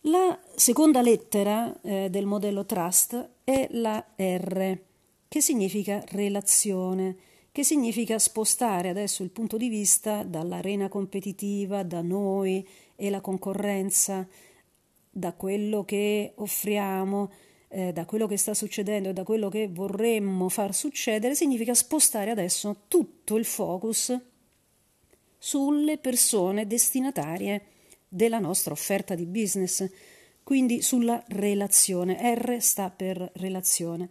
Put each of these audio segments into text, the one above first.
La seconda lettera del modello Trust è la R, che significa relazione, che significa spostare adesso il punto di vista dall'arena competitiva, da noi e la concorrenza, da quello che offriamo, da quello che sta succedendo e da quello che vorremmo far succedere, significa spostare adesso tutto il focus sulle persone destinatarie della nostra offerta di business, quindi sulla relazione. R sta per relazione.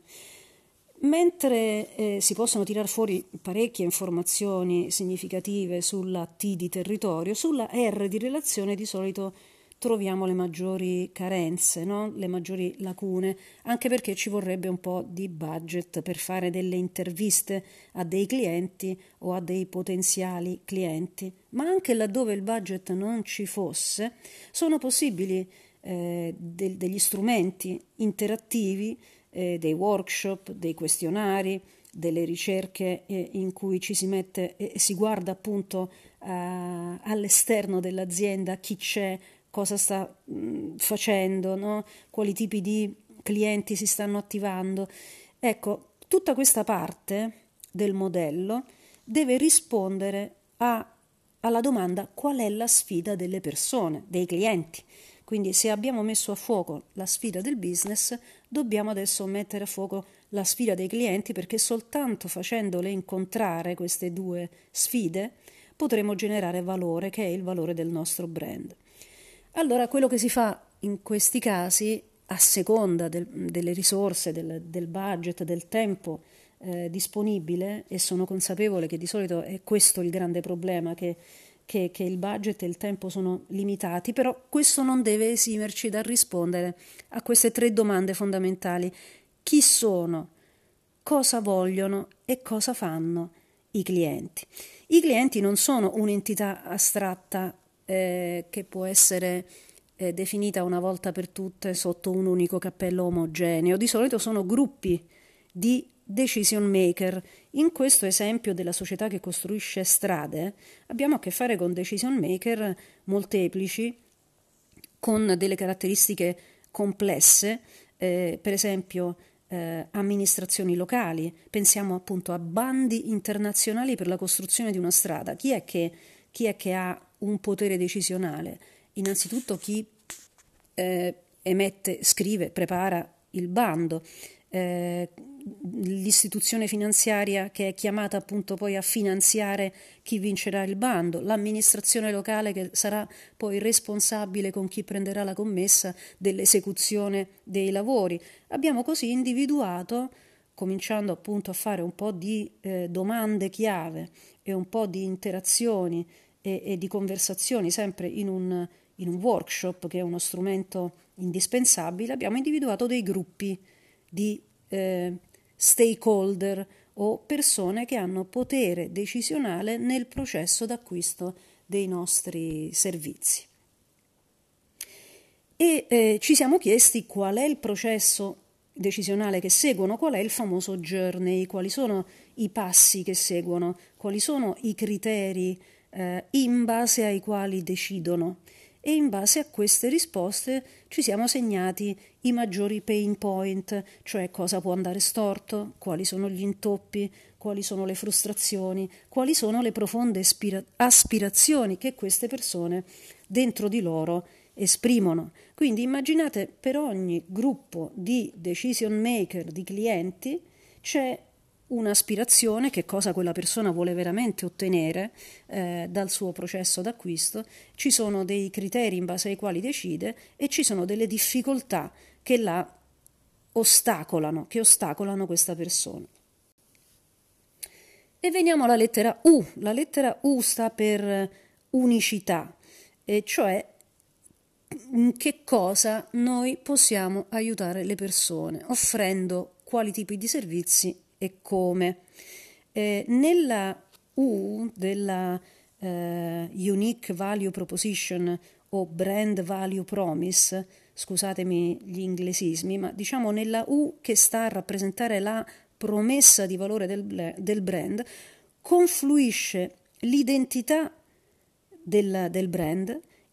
Mentre si possono tirar fuori parecchie informazioni significative sulla T di territorio, sulla R di relazione di solito troviamo le maggiori carenze, no? Le maggiori lacune, anche perché ci vorrebbe un po' di budget per fare delle interviste a dei clienti o a dei potenziali clienti, ma anche laddove il budget non ci fosse, sono possibili degli strumenti interattivi, dei workshop, dei questionari, delle ricerche in cui ci si mette e si guarda appunto all'esterno dell'azienda chi c'è, cosa sta facendo, no? Quali tipi di clienti si stanno attivando. Ecco, tutta questa parte del modello deve rispondere alla domanda: qual è la sfida delle persone, dei clienti? Quindi se abbiamo messo a fuoco la sfida del business, dobbiamo adesso mettere a fuoco la sfida dei clienti, perché soltanto facendole incontrare queste due sfide potremo generare valore, che è il valore del nostro brand. Allora, quello che si fa in questi casi, a seconda delle risorse, del budget, del tempo disponibile, e sono consapevole che di solito è questo il grande problema, che il budget e il tempo sono limitati, però questo non deve esimerci dal rispondere a queste tre domande fondamentali: chi sono, cosa vogliono e cosa fanno i clienti. I clienti non sono un'entità astratta che può essere definita una volta per tutte sotto un unico cappello omogeneo. Di solito sono gruppi di decision maker. In questo esempio della società che costruisce strade abbiamo a che fare con decision maker molteplici, con delle caratteristiche complesse, per esempio amministrazioni locali. Pensiamo appunto a bandi internazionali per la costruzione di una strada. Chi è che ha un potere decisionale? Innanzitutto chi emette, scrive, prepara il bando, l'istituzione finanziaria che è chiamata appunto poi a finanziare chi vincerà il bando, l'amministrazione locale che sarà poi responsabile con chi prenderà la commessa dell'esecuzione dei lavori. Abbiamo così individuato, cominciando appunto a fare un po' di domande chiave e un po' di interazioni e di conversazioni sempre in un workshop, che è uno strumento indispensabile, abbiamo individuato dei gruppi di stakeholder o persone che hanno potere decisionale nel processo d'acquisto dei nostri servizi. E ci siamo chiesti qual è il processo decisionale che seguono, qual è il famoso journey, quali sono i passi che seguono, quali sono i criteri in base ai quali decidono. E in base a queste risposte ci siamo segnati i maggiori pain point, cioè cosa può andare storto, quali sono gli intoppi, quali sono le frustrazioni, quali sono le profonde aspirazioni che queste persone dentro di loro esprimono. Quindi immaginate, per ogni gruppo di decision maker, di clienti, c'è un'aspirazione, che cosa quella persona vuole veramente ottenere dal suo processo d'acquisto, ci sono dei criteri in base ai quali decide e ci sono delle difficoltà che la ostacolano, che ostacolano questa persona. E veniamo alla lettera U. La lettera U sta per unicità, e cioè in che cosa noi possiamo aiutare le persone, offrendo quali tipi di servizi e come. Nella U della Unique Value Proposition o Brand Value Promise, scusatemi gli inglesismi, ma diciamo nella U che sta a rappresentare la promessa di valore del brand, confluisce l'identità del brand,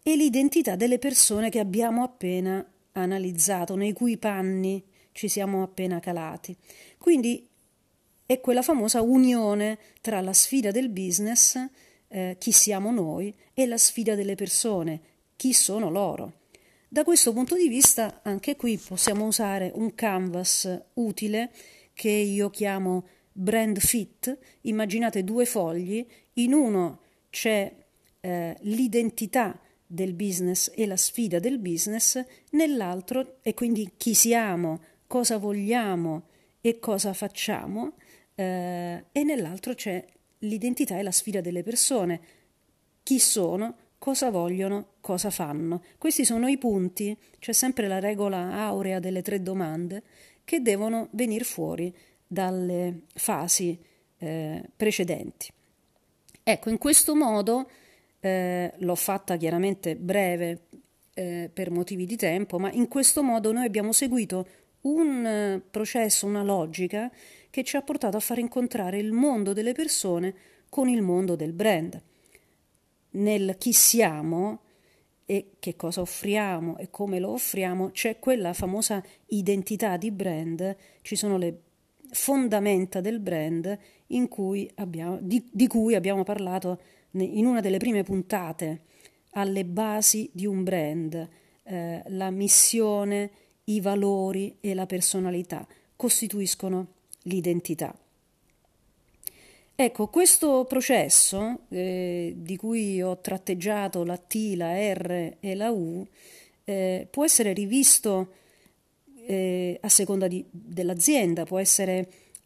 e l'identità delle persone che abbiamo appena analizzato, nei cui panni ci siamo appena calati. Quindi è quella famosa unione tra la sfida del business, chi siamo noi, e la sfida delle persone, chi sono loro. Da questo punto di vista, anche qui possiamo usare un canvas utile che io chiamo brand fit. Immaginate due fogli, in uno c'è l'identità del business e la sfida del business, nell'altro, e quindi chi siamo, cosa vogliamo e cosa facciamo, e nell'altro c'è l'identità e la sfida delle persone, chi sono, cosa vogliono, cosa fanno. Questi sono i punti, c'è sempre la regola aurea delle 3 domande che devono venire fuori dalle fasi precedenti. Ecco, in questo modo l'ho fatta chiaramente breve per motivi di tempo, ma in questo modo noi abbiamo seguito un processo, una logica che ci ha portato a far incontrare il mondo delle persone con il mondo del brand. Nel chi siamo e che cosa offriamo e come lo offriamo c'è quella famosa identità di brand, ci sono le fondamenta del brand di cui abbiamo parlato in una delle prime puntate, alle basi di un brand, la missione, i valori e la personalità costituiscono l'identità. Ecco, questo processo di cui ho tratteggiato la T, la R e la U può essere rivisto a seconda dell'azienda, può essere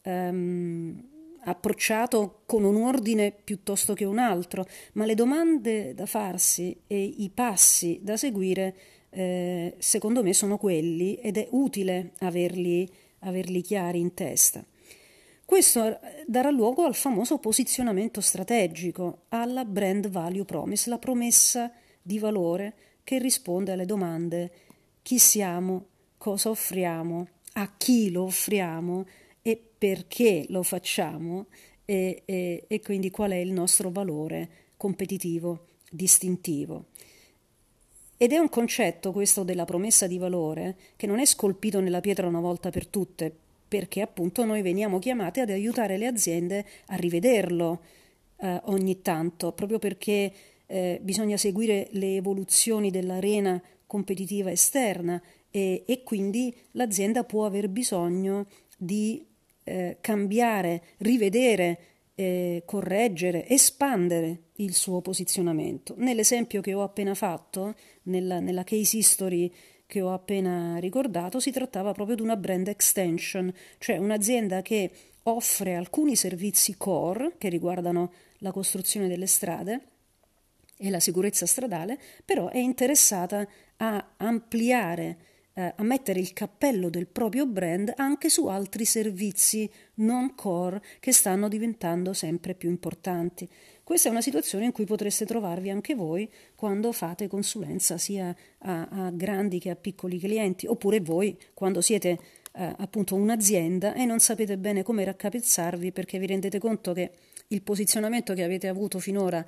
approcciato con un ordine piuttosto che un altro, ma le domande da farsi e i passi da seguire secondo me sono quelli ed è utile averli chiari in testa. Questo darà luogo al famoso posizionamento strategico, alla brand value promise, la promessa di valore che risponde alle domande: chi siamo, cosa offriamo, a chi lo offriamo e perché lo facciamo e quindi qual è il nostro valore competitivo, distintivo. Ed è un concetto, questo della promessa di valore, che non è scolpito nella pietra una volta per tutte, perché appunto noi veniamo chiamati ad aiutare le aziende a rivederlo ogni tanto, proprio perché bisogna seguire le evoluzioni dell'arena competitiva esterna e quindi l'azienda può aver bisogno di cambiare, rivedere, correggere, espandere il suo posizionamento. Nell'esempio che ho appena fatto, nella case history che ho appena ricordato, si trattava proprio di una brand extension, cioè un'azienda che offre alcuni servizi core che riguardano la costruzione delle strade e la sicurezza stradale, però è interessata a ampliare, a mettere il cappello del proprio brand anche su altri servizi non core che stanno diventando sempre più importanti. Questa è una situazione in cui potreste trovarvi anche voi quando fate consulenza sia a grandi che a piccoli clienti, oppure voi quando siete appunto un'azienda e non sapete bene come raccapezzarvi perché vi rendete conto che il posizionamento che avete avuto finora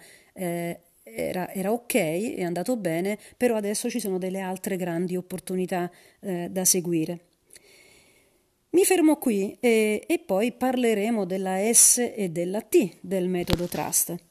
era ok, è andato bene, però adesso ci sono delle altre grandi opportunità da seguire. Mi fermo qui e poi parleremo della S e della T del metodo Trust.